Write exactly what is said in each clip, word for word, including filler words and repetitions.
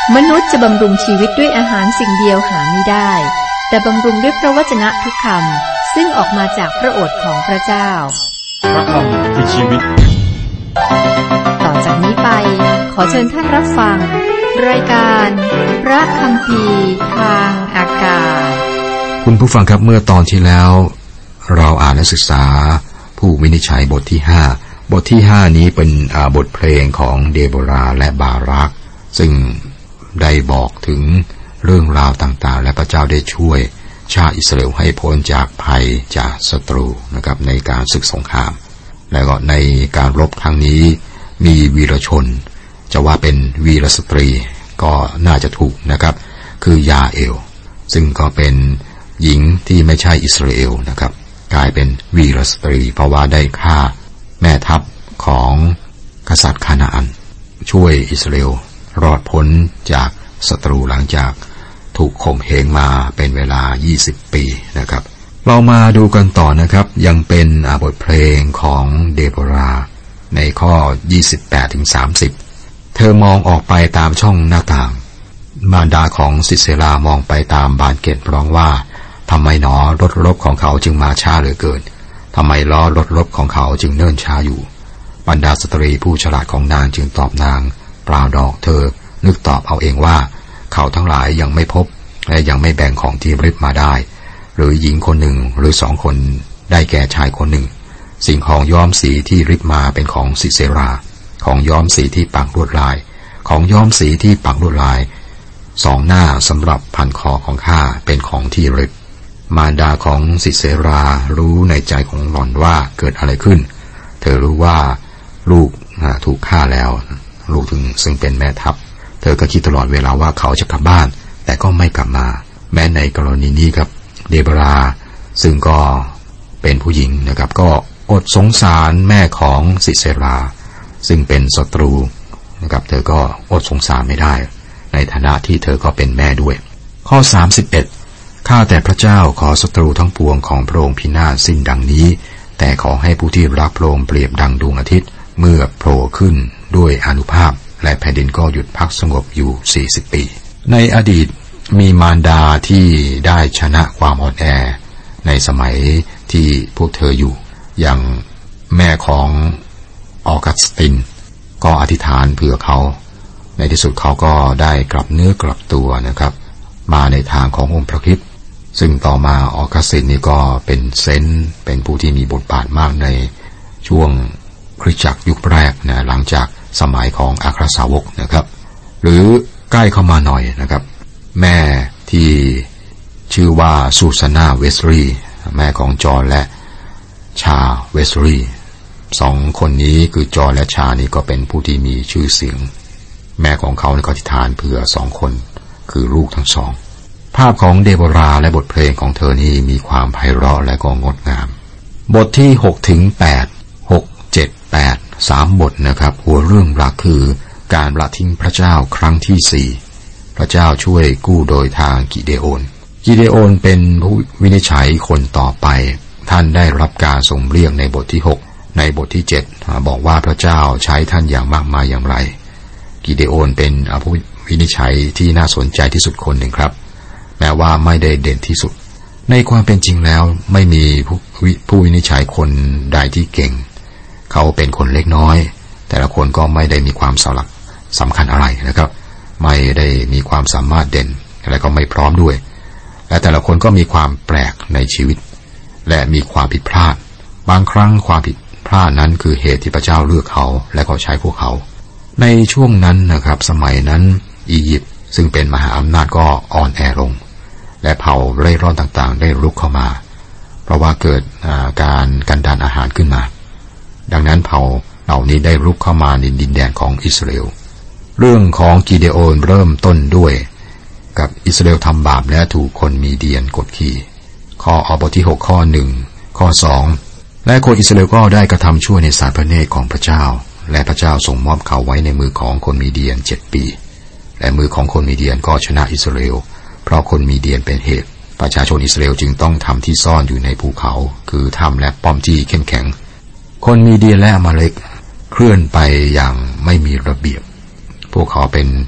มนุษย์จะบำรุงชีวิตด้วยอาหารสิ่งเดียวหาไม่ได้แต่บำรุงด้วยพระวจนะทุกคำซึ่งออกมาจากพระโอษฐ์ของพระเจ้าพระคำคือชีวิตต่อจากนี้ไปขอเชิญท่านรับฟังรายการพระคัมภีร์ทางอากาศคุณผู้ฟังครับเมื่อตอนที่แล้วเราอ่านและศึกษาผู้วินิจฉัยบทที่ห้าบทที่ห้านี้เป็นบทเพลงของเดโบราและบารักซึ่งได้บอกถึงเรื่องราวต่างๆและพระเจ้าได้ช่วยชาติอิสราเอลให้พ้นจากภัยจากศัตรูนะครับในการศึกสงครามแล้วก็ในการรบครั้งนี้มีวีรชนจะว่าเป็นวีรสตรีก็น่าจะถูกนะครับคือยาเอลซึ่งก็เป็นหญิงที่ไม่ใช่อิสราเอลนะครับกลายเป็นวีรสตรีเพราะว่าได้ฆ่าแม่ทัพของกษัตริย์คานาอันช่วยอิสราเอลรอดพ้นจากศัตรูหลังจากถูกข่มเหงมาเป็นเวลายี่สิบปีนะครับเรามาดูกันต่อนะครับยังเป็นบทเพลงของเดโบราในข้อ ยี่สิบแปดถึงสามสิบ เธอมองออกไปตามช่องหน้าต่างมารดาของซิเซรามองไปตามบานเกตร้องว่าทำไมหนอรถรบของเขาจึงมาช้าเหลือเกินทำไมล้อรถรบของเขาจึงเนิ่นช้าอยู่บรรดาสตรีผู้ฉลาดของนางจึงตอบนางเปล่าดอกเธอนึกตอบเอาเองว่าเขาทั้งหลายยังไม่พบและยังไม่แบ่งของที่ริบมาได้หรือหญิงคนหนึ่งหรือสองคนได้แก่ชายคนหนึ่งสิ่งของย้อมสีที่ริบมาเป็นของซิเซราของย้อมสีที่ปักลวดลายของย้อมสีที่ปักลวดลายสองหน้าสำหรับพันคอของข้าเป็นของที่ริบมารดาของซิเซรารู้ในใจของหล่อนว่าเกิดอะไรขึ้นเธอรู้ว่าลูกถูกฆ่าแล้วลูกถึงซึ่งเป็นแม่ทัพเธอก็คิดตลอดเวลาว่าเขาจะกลับบ้านแต่ก็ไม่กลับมาแม้ในกรณีนี้ครับเดโบราซึ่งก็เป็นผู้หญิงนะครับก็อดสงสารแม่ของซิเซราซึ่งเป็นศัตรูนะครับเธอก็อดสงสารไม่ได้ในฐานะที่เธอก็เป็นแม่ด้วยข้อสามสิบเอ็ดข้าแต่พระเจ้าขอศัตรูทั้งปวงของพระองค์พินาศสิ้นดังนี้แต่ขอให้ผู้ที่รักพระองค์เปรียบดังดวงอาทิตย์เมื่อโผล่ขึ้นด้วยอานุภาพและแผ่นดินก็หยุดพักสงบอยู่สี่สิบปีในอดีตมีมารดาที่ได้ชนะความอ่อนแอในสมัยที่พวกเธออยู่อย่างแม่ของออกัสตินก็อธิษฐานเผื่อเขาในที่สุดเขาก็ได้กลับเนื้อกลับตัวนะครับมาในทางขององค์พระคริสต์ซึ่งต่อมาออกัสตินนี่ก็เป็นเซนต์เป็นผู้ที่มีบทบาทมากในช่วงคริสตจักรยุคแรกนะหลังจากสมัยของอัครสาวกนะครับหรือใกล้เข้ามาหน่อยนะครับแม่ที่ชื่อว่าซูซานาเวสลีย์แม่ของจอห์นและชาเวสลีย์สองคนนี้คือจอห์นและชานี่ก็เป็นผู้ที่มีชื่อเสียงแม่ของเขาก็อธิษฐานเผื่อสองคนคือลูกทั้งสองภาพของเดโบราและบทเพลงของเธอนี้มีความไพเราะและก็งดงามบทที่หกถึงแปด หก เจ็ด แปดสามบทนะครับหัวเรื่องหลักคือการละทิ้งพระเจ้าครั้งที่สี่พระเจ้าช่วยกู้โดยทางกิเดโอนกิเดโอนเป็นผู้วินิจฉัยคนต่อไปท่านได้รับการทรงเรียกในบทที่หกในบทที่เจ็ดบอกว่าพระเจ้าใช้ท่านอย่างมากมายอย่างไรกิเดโอนเป็นผู้วินิจฉัยที่น่าสนใจที่สุดคนหนึ่งครับแม้ว่าไม่ได้เด่นที่สุดในความเป็นจริงแล้วไม่มีผู้ผู้วินิจฉัยคนใดที่เก่งเขาเป็นคนเล็กน้อยแต่ละคนก็ไม่ได้มีความสลักสำคัญอะไรนะครับไม่ได้มีความสามารถเด่นและก็ไม่พร้อมด้วยและแต่ละคนก็มีความแปลกในชีวิตและมีความผิดพลาดบางครั้งความผิดพลาดนั้นคือเหตุที่พระเจ้าเลือกเขาและก็ใช้พวกเขาในช่วงนั้นนะครับสมัยนั้นอียิปต์ซึ่งเป็นมหาอำนาจก็อ่อนแอลงและเผ่าเร่ร่อนต่างๆได้รุกเข้ามาเพราะว่าเกิดการกันดารอาหารขึ้นมาดังนั้นเผ่าเหล่านี้ได้รุกเข้ามาในดินแดนของอิสราเอลเรื่องของกิเดโอนเริ่มต้นด้วยกับอิสราเอลทำบาปและถูกคนมีเดียนกดขี่ข้ออบทที่หกข้อหนึ่งข้อสองและคนอิสราเอลก็ได้กระทำชั่วในสายพระเนตรของพระเจ้าและพระเจ้าทรงมอบเขาไว้ในมือของคนมีเดียนเจ็ดปีและมือของคนมีเดียนก็ชนะอิสราเอลเพราะคนมีเดียนเป็นเหตุประชาชนอิสราเอลจึงต้องทำที่ซ่อนอยู่ในภูเขาคือถ้ำและป้อมที่เข้มแข็งคนมีเดียนและอมาเลกเคลื่อนไปอย่างไม่มีระเบียบพวกเขาเป็น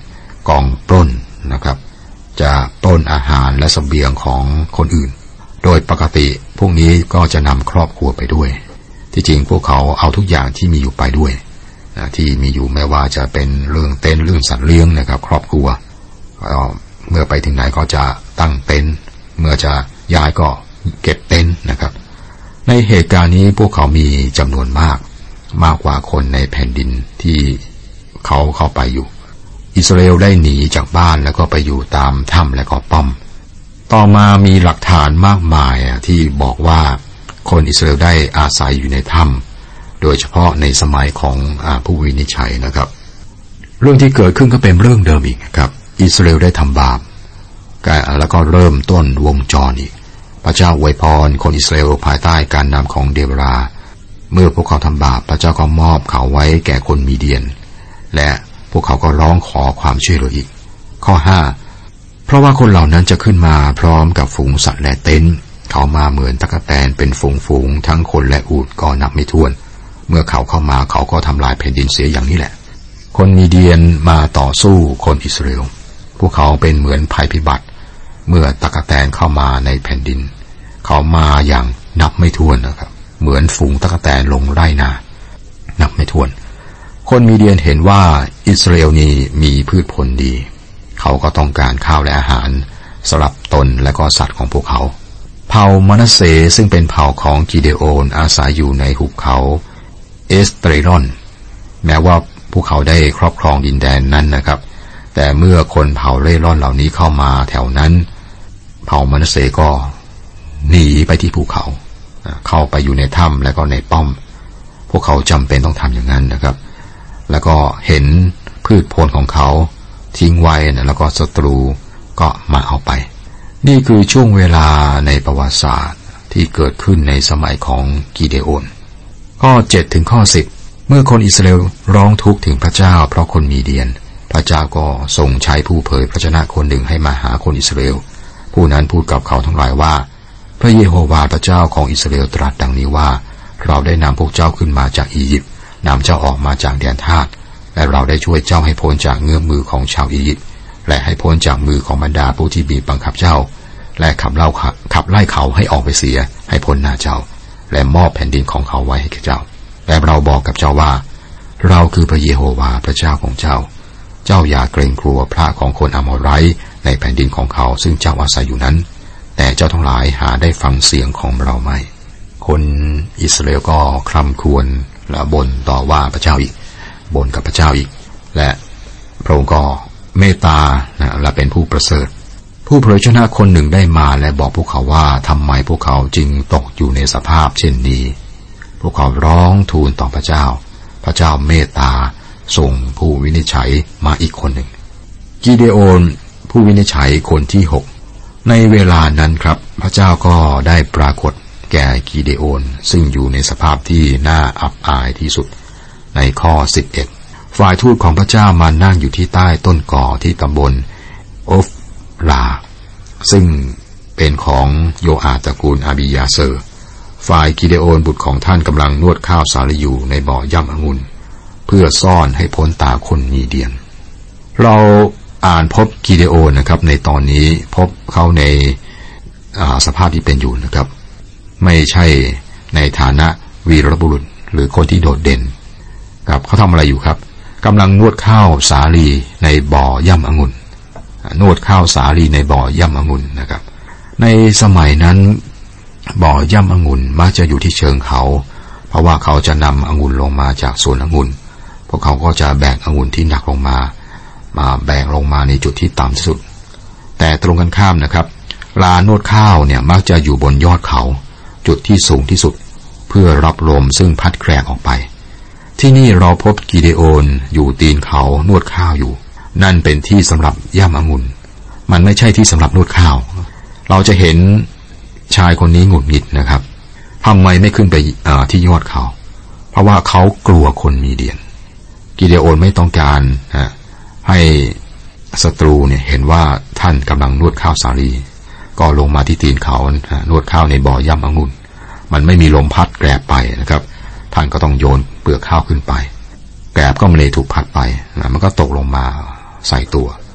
กองปล้นนะครับจะปล้นอาหารและเสบียงของคนอื่นโดยปกติพวกนี้ก็จะนำครอบครัวไปด้วยที่จริงพวกเขาเอาทุกอย่างที่มีอยู่ไปด้วยที่มีอยู่ไม่ว่าจะเป็นเรื่องเต็นท์เรื่องสัตว์เลี้ยงนะครับครอบครัวเมื่อไปถึงไหนก็จะตั้งเต็นท์เมื่อจะย้ายก็เก็บเต็นท์นะครับในเหตุการณ์นี้พวกเขามีจำนวนมากมากกว่าคนในแผ่นดินที่เขาเข้าไปอยู่อิสราเอลได้หนีจากบ้านแล้วก็ไปอยู่ตามถ้ำและก็ป้อมต่อมามีหลักฐานมากมายที่บอกว่าคนอิสราเอลได้อาศัยอยู่ในถ้ำโดยเฉพาะในสมัยของผู้วินิจฉัยนะครับเรื่องที่เกิดขึ้นก็เป็นเรื่องเดิมอีกครับอิสราเอลได้ทำบาปแล้วก็เริ่มต้นวงจรอีกพระเจ้าอวยพรคนอิสราเอลภายใต้การนำของเดโบราเมื่อพวกเขาทำบาปพระเจ้าก็มอบเขาไว้แก่คนมีเดียนและพวกเขาก็ร้องขอความช่วยเหลืออีกข้อห้าเพราะว่าคนเหล่านั้นจะขึ้นมาพร้อมกับฝูงสัตว์และเต็นท์เขามาเหมือนตั๊กแตนเป็นฝูงๆทั้งคนและอูฐก็นับไม่ถ้วนเมื่อเขาเข้ามาเขาก็ทำลายแผ่นดินเสียอย่างนี้แหละคนมีเดียนมาต่อสู้คนอิสราเอลพวกเขาเป็นเหมือนภัยพิบัติเมื่อตั๊กแตนเข้ามาในแผ่นดินเขามาอย่างนับไม่ถ้วนนะครับเหมือนฝูงตั๊กแตนลงไร่นานับไม่ถ้วนคนมีเดียนเห็นว่าอิสราเอลนี้มีพืชผลดีเขาก็ต้องการข้าวและอาหารสำหรับตนและก็สัตว์ของพวกเขาเผ่ามนาเสซึ่งเป็นเผ่าของกิเดโอนอาศัยอยู่ในหุบเขาเอสเตรรอนแม้ว่าพวกเขาได้ครอบครองดินแดนนั้นนะครับแต่เมื่อคนเผ่าเร่ร่อนเหล่านี้เข้ามาแถวนั้นเผ่ามนาเสก็หนีไปที่ภูเขาเข้าไปอยู่ในถ้ำและก็ในป้อมพวกเขาจำเป็นต้องทำอย่างนั้นนะครับแล้วก็เห็นพืชผลของเขาทิ้งไว้นะแล้วก็ศัตรูก็มาเอาไปนี่คือช่วงเวลาในประวัติศาสตร์ที่เกิดขึ้นในสมัยของกิเดโอนข้อเจ็ดถึงข้อสิบเมื่อคนอิสราเอลร้องทุกข์ถึงพระเจ้าเพราะคนมีเดียนพระเจ้าก็ทรงใช้ผู้เผยพระชนะคนหนึ่งให้มาหาคนอิสราเอลผู้นั้นพูดกับเขาทั้งหลายว่าพระเยโฮวาห์พระเจ้าของอิสราเอลตรัสดังนี้ว่าเราได้นำพวกเจ้าขึ้นมาจากอียิปต์นำเจ้าออกมาจากแดนทาสและเราได้ช่วยเจ้าให้พ้นจากเงื้อมมือของชาวอียิปต์และให้พ้นจากมือของบรรดาผู้ที่บีบบังคับเจ้าและขับเล่าขับไล่เขาให้ออกไปเสียให้พ้นหน้าเจ้าและมอบแผ่นดินของเขาไว้ให้แก่เจ้าและเราบอกกับเจ้าว่าเราคือพระเยโฮวาห์พระเจ้าของเจ้าเจ้าอย่าเกรงกลัวพระของคนอโมไรต์ในแผ่นดินของเขาซึ่งเจ้าอาศัยอยู่นั้นแต่เจ้าทั้งหลายหาได้ฟังเสียงของเราไหมคนอิสราเอลก็คร่ำครวญและบ่นต่อว่าพระเจ้าอีกบ่นกับพระเจ้าอีกและพระองค์ก็เมตตานะและเป็นผู้ประเสริฐผู้เผยชนะคนหนึ่งได้มาและบอกพวกเขาว่าทำไมพวกเขาจึงตกอยู่ในสภาพเช่นนี้พวกเขาร้องทูลต่อพระเจ้าพระเจ้าเมตตาส่งผู้วินิจฉัยมาอีกคนหนึ่งกิเดโอนผู้วินิจฉัยคนที่หกในเวลานั้นครับพระเจ้าก็ได้ปรากฏแก่กิเดโอนซึ่งอยู่ในสภาพที่น่าอับอายที่สุดในข้อสิบเอ็ดฝ่ายทูตของพระเจ้ามานั่งอยู่ที่ใต้ต้นก่อที่ตำบลโอฟลาซึ่งเป็นของโยอาตระกูลอาบิยาเซอร์ฝ่ายกิเดโอนบุตรของท่านกำลังนวดข้าวสาลีอยู่ในบ่อย่ำองุ่นเพื่อซ่อนให้พ้นตาคนมีเดียนเราอ่านพบกิเดโอนนะครับในตอนนี้พบเขาในสภาพที่เป็นอยู่นะครับไม่ใช่ในฐานะวีรบุรุษหรือคนที่โดดเด่นครับเขาทำอะไรอยู่ครับกำลังนวดข้าวสาลีในบ่อย่ำองุ่นนวดข้าวสาลีในบ่อย่ำองุ่นนะครับในสมัยนั้นบ่อย่ำองุ่นมักจะอยู่ที่เชิงเขาเพราะว่าเขาจะนำองุ่นลงมาจากสวนองุ่นพวกเขาก็จะแบกองุ่นที่หนักลงมามาแบกลงมาในจุดที่ต่ำที่สุดแต่ตรงกันข้ามนะครับลานนวดข้าวเนี่ยมักจะอยู่บนยอดเขาจุดที่สูงที่สุดเพื่อรับลมซึ่งพัดแกรกออกไปที่นี่เราพบกิเดโอนอยู่ตีนเขานวดข้าวอยู่นั่นเป็นที่สำหรับย่ำองุ่นมันไม่ใช่ที่สำหรับนวดข้าวเราจะเห็นชายคนนี้หงุดหงิดนะครับทำไมไม่ขึ้นไปที่ยอดเขาเพราะว่าเขากลัวคนมีเดียนกิเดโอนไม่ต้องการให้ศัตรูเนี่ยเห็นว่าท่านกำลังนวดข้าวสาลีก็ลงมาที่ตีนเขานวดข้าวในบ่อย่ำองุ่นมันไม่มีลมพัดแกรบไปนะครับท่านก็ต้องโยนเปลือกข้าวขึ้นไปแกรบก็ไม่เลยถูกพัดไปนะมันก็ตกลงมาใส่ตัว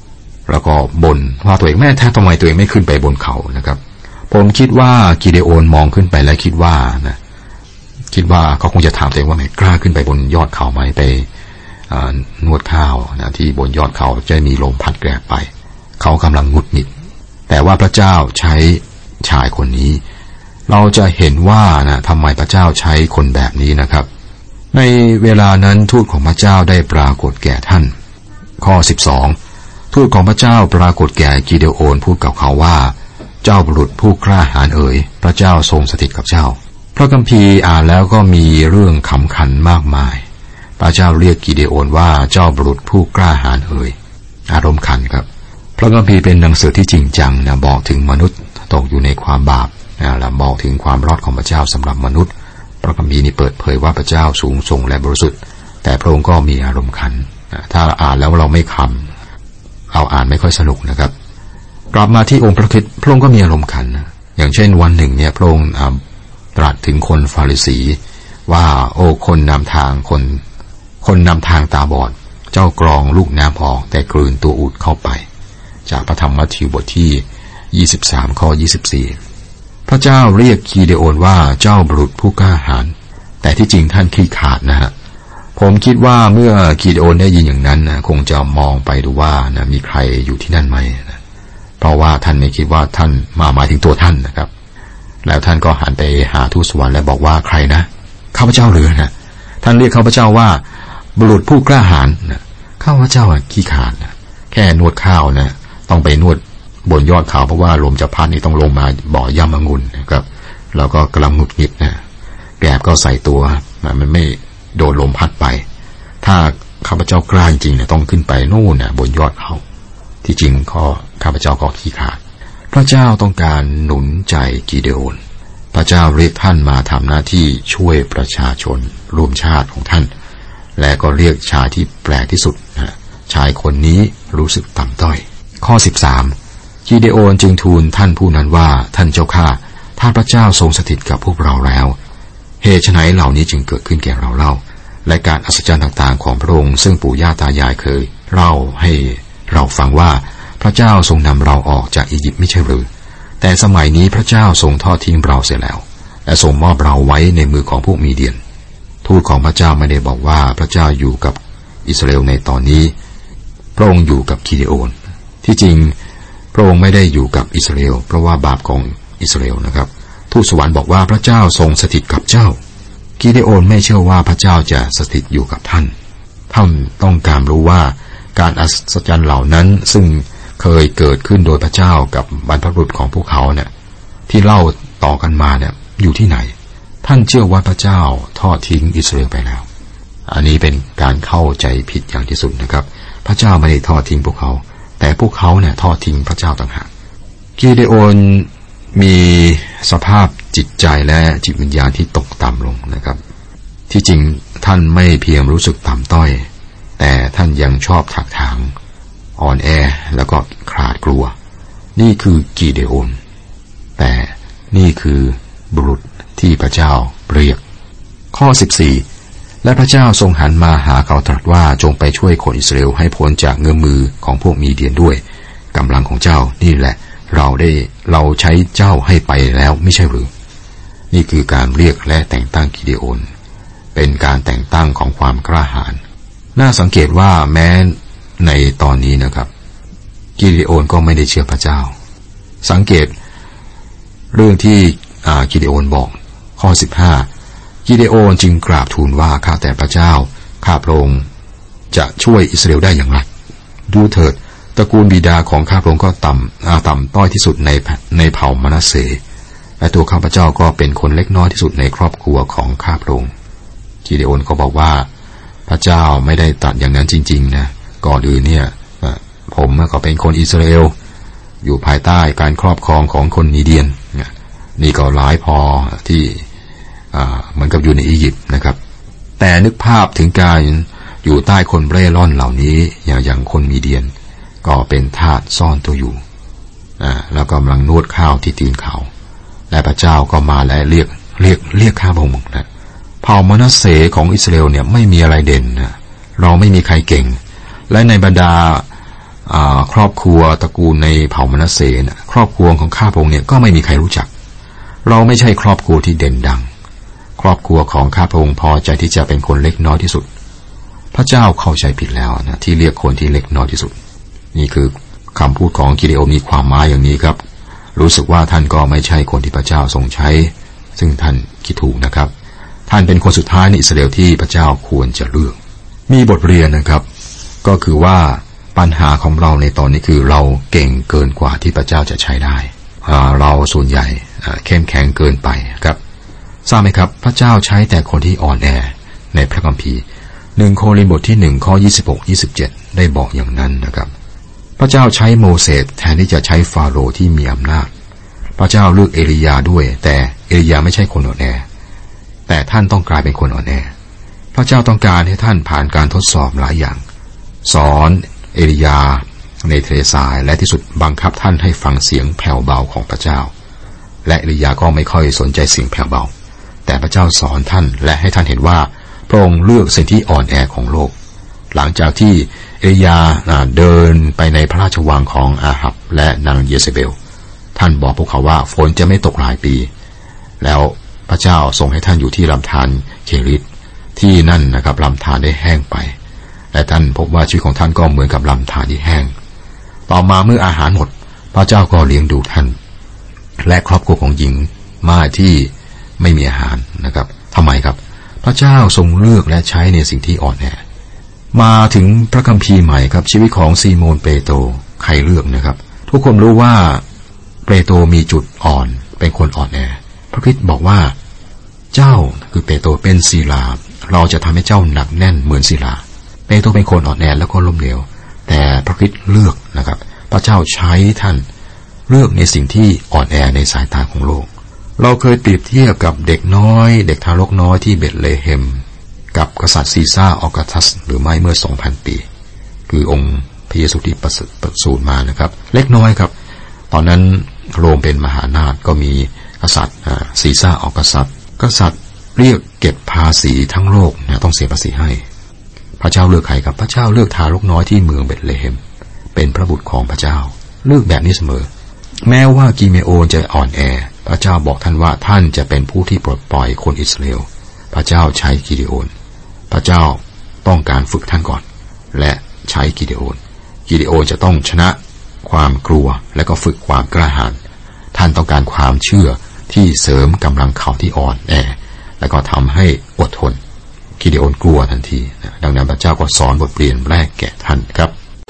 แล้วก็บ่นว่าตัวเองแม่ถ้าทำไมตัวเองไม่ขึ้นไปบนเขานะครับผมคิดว่ากิเดโอนมองขึ้นไปแล้วคิดว่านะคิดว่าเขาคงจะถามตัวเองว่าไม่กล้าขึ้นไปบนยอดเขาไหมไปนวดข้าวนะที่บนยอดเขาจะมีลมพัดแกรบไปเขากำลังหงุดหงิดแต่ว่าพระเจ้าใช้ชายคนนี้เราจะเห็นว่านะทำไมพระเจ้าใช้คนแบบนี้นะครับในเวลานั้นทูตของพระเจ้าได้ปรากฏแก่ท่านข้อสิบสองทูตของพระเจ้าปรากฏแก่กิเดโอนพูดกับเขาว่าเจ้าบุรุษผู้กล้าหาญเอ๋ยพระเจ้าทรงสถิตกับเจ้าพระคัมภีร์อ่านแล้วก็มีเรื่องขำขันมากมายพระเจ้าเรียกกิเดโอนว่าเจ้าบุรุษผู้กล้าหาญเอ๋ยอารมณ์ขันครับพระคัมภีร์เป็นหนังสือที่จริงจังนะบอกถึงมนุษย์ตกอยู่ในความบาปนะและบอกถึงความรอดของพระเจ้าสำหรับมนุษย์พระคัมภีร์นี้เปิดเผยว่าพระเจ้าสูงส่งและบริสุทธิ์แต่พระองค์ก็มีอารมณ์ขันถ้าอ่านแล้วเราไม่ขำเราอ่านไม่ค่อยสนุกนะครับกลับมาที่องค์พระคริสต์พระองค์ก็มีอารมณ์ขันนะอย่างเช่นวันหนึ่งเนี่ยพระองค์ตรัสถึงคนฟาริสีว่าโอ้คนนำทางคนคนนำทางตาบอดเจ้ากรองลูกน้ำออกแต่กลืนตัวอูฐเข้าไปจากพระธรรมมัทธิวบทที่ยี่สิบสามข้อยี่สิบสี่พระเจ้าเรียกกิเดโอนว่าเจ้าบุรุษผู้กล้าหาญแต่ที่จริงท่านขี้ขลาดนะฮะผมคิดว่าเมื่อกิเดโอนได้ยินอย่างนั้นนะคงจะมองไปดูว่านะมีใครอยู่ที่นั่นไหมนะเพราะว่าท่านไม่คิดว่าท่านมาหมายถึงตัวท่านนะครับแล้วท่านก็หันไปหาทูตสวรรค์และบอกว่าใครนะข้าพเจ้าหรือนะท่านเรียกข้าพเจ้าว่าบุรุษผู้กล้าหาญนะข้าพเจ้าขี้ขลาดนะแค่นวดข้าวนะต้องไปนวดบนยอดเขาเพราะว่าลมจะพัดนี่ต้องลงมาบ่อย่ำองุ่นนะครับเราก็กำลังหงุดหงิดนะแกบก็ใส่ตัวมันไม่โดนลมพัดไปถ้าข้าพเจ้ากล้าจริงๆเนี่ยต้องขึ้นไปนู่นนะบนยอดเขาที่จริงก็ข้าพเจ้าก็ขี้ขลาดพระเจ้าต้องการหนุนใจกิเดโอนพระเจ้าเรียกท่านมาทำหน้าที่ช่วยประชาชนร่วมชาติของท่านและก็เรียกชายที่แปลกที่สุดนะชายคนนี้รู้สึกต่ำต้อยข้อสิบสามกิเดโอนจึงทูลท่านผู้นั้นว่าท่านเจ้าข้าถ้าพระเจ้าทรงสถิตกับพวกเราแล้วเหตุไฉนเหล่านี้จึงเกิดขึ้นแก่เราเล่าและการอัศจรรย์ต่างๆของพระองค์ซึ่งปู่ย่าตายายเคยเล่าให้เราฟังว่าพระเจ้าทรงนำเราออกจากอียิปต์ไม่ใช่หรือแต่สมัยนี้พระเจ้าทรงทอดทิ้งเราเสียแล้วและทรงมอบเราไว้ในมือของพวกมีเดียนทูตของพระเจ้าไม่ได้บอกว่าพระเจ้าอยู่กับอิสราเอลในตอนนี้พระองค์อยู่กับกิเดโอนที่จริงพระองค์ไม่ได้อยู่กับอิสราเอลเพราะว่าบาปของอิสราเอลนะครับทูตสวรรค์บอกว่าพระเจ้าทรงสถิตกับเจ้ากิเดโอนไม่เชื่อว่าพระเจ้าจะสถิตอยู่กับท่านท่านต้องการรู้ว่าการอัศจรรย์เหล่านั้นซึ่งเคยเกิดขึ้นโดยพระเจ้ากับบรรพบุรุษของพวกเขาเนี่ยที่เล่าต่อกันมาเนี่ยอยู่ที่ไหนท่านเชื่อว่าพระเจ้าทอดทิ้งอิสราเอลไปแล้วอันนี้เป็นการเข้าใจผิดอย่างที่สุดนะครับพระเจ้าไม่ได้ทอดทิ้งพวกเขาแต่พวกเขาเนี่ยทอดทิ้งพระเจ้าต่างหากกิเดโอนมีสภาพจิตใจและจิตวิญญาณที่ตกต่ำลงนะครับที่จริงท่านไม่เพียงรู้สึกต่ำต้อยแต่ท่านยังชอบถักถางอ่อนแอแล้วก็ขาดกลัวนี่คือกิเดโอนแต่นี่คือบุรุษที่พระเจ้าเรียกข้อสิบสี่และพระเจ้าทรงหันมาหาเขาตรัสว่าจงไปช่วยคนอิสราเอลให้พ้นจากเงื้อมมือของพวกมีเดียนด้วยกำลังของเจ้านี่แหละเราได้เราใช้เจ้าให้ไปแล้วไม่ใช่หรือนี่คือการเรียกและแต่งตั้งกิเดโอนเป็นการแต่งตั้งของความกล้าหาญน่าสังเกตว่าแม้ในตอนนี้นะครับกิเดโอนก็ไม่ได้เชื่อพระเจ้าสังเกตเรื่องที่กิเดโอนบอกข้อสิบห้ากิเดโอนจึงกราบทูลว่าข้าแต่พระเจ้าข้าพระองค์จะช่วยอิสราเอลได้อย่างไรดูเถิดตระกูลบิดาของข้าพระองค์ก็ต่ำต่ำต้อยที่สุดในในเผ่ามนาเสและตัวข้าพเจ้าก็เป็นคนเล็กน้อยที่สุดในครอบครัวของข้าพระองค์กิเดโอนก็บอกว่าพระเจ้าไม่ได้ตรัสอย่างนั้นจริงๆนะก่อนอื่นเนี่ยผมก็เป็นคนอิสราเอลอยู่ภายใต้การครอบครองของคนมีเดียนนี่ก็หลายพอที่เหมือนกับอยู่ในอียิปต์นะครับแต่นึกภาพถึงการอยู่ใต้คนเร่ร่อนเหล่านี้อย่างอย่างคนมีเดียนก็เป็นทาสซ่อนตัวอยู่แล้วกำลังนวดข้าวที่ตีนเขาและพระเจ้าก็มาและเรียกเรียกเรียกข้าพระองค์นะเผ่ามนาเสของอิสราเอลเนี่ยไม่มีอะไรเด่นนะเราไม่มีใครเก่งและในบรรดาครอบครัวตระกูลในเผ่ามนัสเสนครอบครัวของข้าพระองค์เนี่ยก็ไม่มีใครรู้จักเราไม่ใช่ครอบครัวที่เด่นดังครอบครัวของข้าพระองค์พอใจที่จะเป็นคนเล็กน้อยที่สุดพระเจ้าเข้าใจผิดแล้วนะที่เรียกคนที่เล็กน้อยที่สุดนี่คือคำพูดของกิเดโอนมีความหมายอย่างนี้ครับรู้สึกว่าท่านก็ไม่ใช่คนที่พระเจ้าทรงใช้ซึ่งท่านคิดถูกนะครับท่านเป็นคนสุดท้ายในอิสราเอลที่พระเจ้าควรจะเลือกมีบทเรียนนะครับก็คือว่าปัญหาของเราในตอนนี้คือเราเก่งเกินกว่าที่พระเจ้าจะใช้ได้เราส่วนใหญ่เข้มแข็งเกินไปครับทราบไหมครับพระเจ้าใช้แต่คนที่อ่อนแอในพระคัมภีร์หนึ่งโครินธ์บทที่หนึ่งข้อยี่สิบหก ยี่สิบเจ็ดได้บอกอย่างนั้นนะครับพระเจ้าใช้โมเสสแทนที่จะใช้ฟาโรห์ที่มีอำนาจพระเจ้าเลือกเอลียาด้วยแต่เอลียาไม่ใช่คนอ่อนแอแต่ท่านต้องกลายเป็นคนอ่อนแอพระเจ้าต้องการให้ท่านผ่านการทดสอบหลายอย่างสอนเอลียาในทะเลทรายและที่สุดบังคับท่านให้ฟังเสียงแผ่วเบาของพระเจ้าและเอลียาก็ไม่ค่อยสนใจเสียงแผ่วเบาแต่พระเจ้าสอนท่านและให้ท่านเห็นว่าพระองค์เลือกสิ่งที่อ่อนแอของโลกหลังจากที่เอลียาเดินไปในพระราชวังของอาหับและนางเยเซเบลท่านบอกพวกเขาว่าฝนจะไม่ตกหลายปีแล้วพระเจ้าทรงให้ท่านอยู่ที่ลำธารเคริตที่นั่นนะครับลำธารได้แห้งไปและท่านพบว่าชีวิตของท่านก็เหมือนกับลำธารที่แห้งต่อมาเมื่ออาหารหมดพระเจ้าก็เลี้ยงดูท่านและครอบครัวของหญิงม่ายที่ไม่มีอาหารนะครับทำไมครับพระเจ้าทรงเลือกและใช้ในสิ่งที่อ่อนแอมาถึงพระคัมภีร์ใหม่ครับชีวิตของซีโมนเปโตรใครเลือกนะครับทุกคนรู้ว่าเปโตรมีจุดอ่อนเป็นคนอ่อนแอพระคริสต์บอกว่าเจ้าคือเปโตรเป็นศิลาเราจะทำให้เจ้าหนักแน่นเหมือนศิลาเปโตรเป็นคนอ่อนแอแล้วก็ล้มเหลวแต่พระคริสต์เลือกนะครับพระเจ้าใช้ท่านเลือกในสิ่งที่อ่อนแอในสายตาของโลกเราเคยเปรียบเทียบกับเด็กน้อยเด็กทารกน้อยที่เบธเลเฮมกับกษัตริย์ซีซ่าออกัสตัสหรือไม่เมื่อ สองพัน ปีคือองค์พระเยซูที่ประสูติมานะครับเล็กน้อยครับตอนนั้นโรมเป็นมหาอำนาจก็มีกษัตริย์ซีซ่าออกัสตัสกษัตริย์เรียกเก็บภาษีทั้งโลกนะต้องเสียภาษีให้พระเจ้าเลือกใครครับพระเจ้าเลือกทารกน้อยที่เมืองเบธเลเฮมเป็นพระบุตรของพระเจ้าเลือกแบบนี้เสมอแม้ว่ากิเมโอนจะอ่อนแอพระเจ้าบอกท่านว่าท่านจะเป็นผู้ที่ปลดปล่อยคนอิสราเอลพระเจ้าใช้กิเดโอนพระเจ้าต้องการฝึกท่านก่อนและใช้กิเดโอนกิเดโอนจะต้องชนะความกลัวและก็ฝึกความกล้าหาญท่านต้องการความเชื่อที่เสริมกำลังเขาที่อ่อนแอและก็ทำให้อดทนกิเดโอนกลัวทันทีดังนั้นพระเจ้าก็สอนบทเรียนแรกแก่ท่านครับ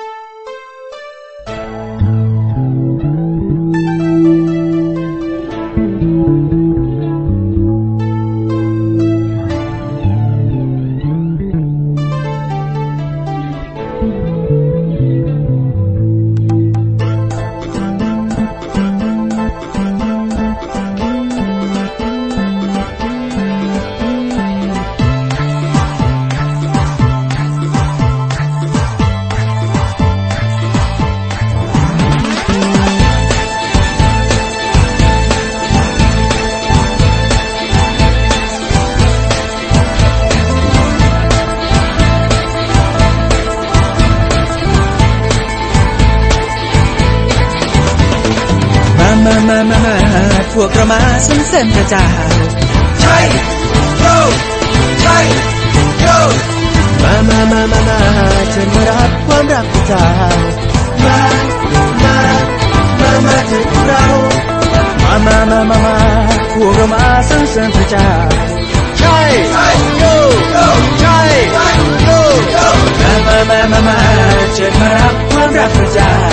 มามามามาพวกเรามาสรรเสริญพระเจ้าใช่โยใช่โยมามามามามาเชิญมารับความรักพระเจ้ามามามามาถึงเรามามามามามาพวกเรามาสรรเสริญพระเจ้าใช่โยใช่โยมามามามามาเชิญมารับความรักพระเจ้า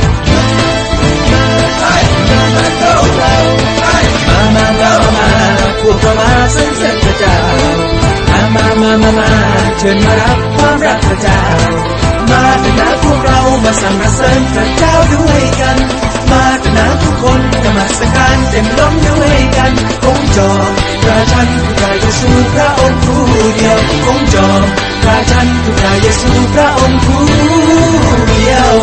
มามามามาพวกเรามาสรรเสริญพระเจ้ามามามามามาเชิญมารับความรักพระเจ้ามาเถิดนะพวกเรามาสรรเสริญพระเจ้าด้วยกันมาเถิดนะทุกคนนมัสการเต็มล้นด้วยกันองค์จอมราชันพระเยซูพระองค์ผู้เดียวองค์จอมราชันพระเยซูพระองค์ผู้เดียว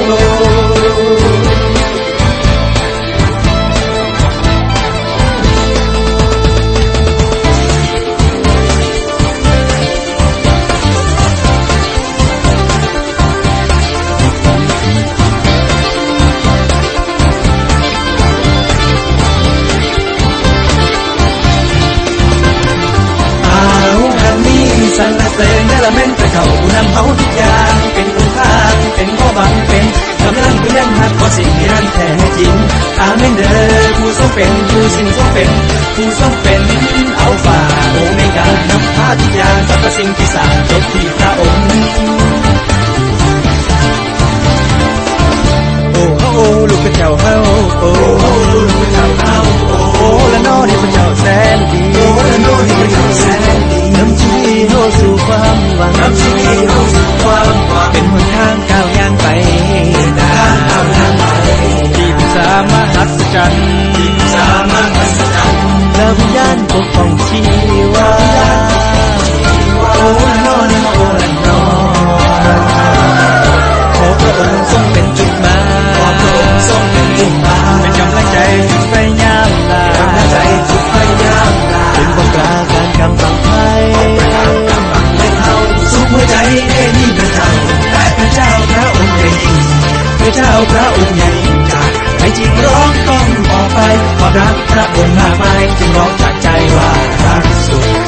ท้จริงอาเมนเด้อผู้ทรงเป็นผู้สิ่งทรงเป็นผู้ทรงเป็นอัลฟาโอเมก้านำพาทุกอย่างสรรพสิ่งที่สร้างจบที่พระองค์โอ้โอ้ลูกพระเจ้าเฮาโอ้ลูกพระเจ้าเฮาโอ้ละน้อนี่พระเจ้าแสนดีโอ้ละน้อนี่พระเจ้าแสนดีนำชีวิตเฮาสู่ความหวังนำชีวิตเฮาสู่ความหวังเป็นหนทางก้าวย่างไปได้ก้าวย่างไปที่สามหัศจรรย์ที่สามหัศจรรย์แล้ววิญญาณปกป้องชีวาโอ้ละน้อนี่โอ้ละน้อขอพระองค์ทรงเป็นจุดหมายขอพระองค์ทรงเป็นจุดหมายเป็นกำลังใจจุดไฟยามลากำลังใจจุดไฟยามลาเป็นบนกลางการกำบังไฟให้เขาสุขหัวใจได้นี่พระเจ้าพระเจ้าพระองค์ใหญ่ยิ่งพระเจ้าพระองค์ใหญ่ยิ่งจากให้จริงร้องต้องออกไปความรักพระองค์มากมายจึงร้องจากใจว่ารักสุด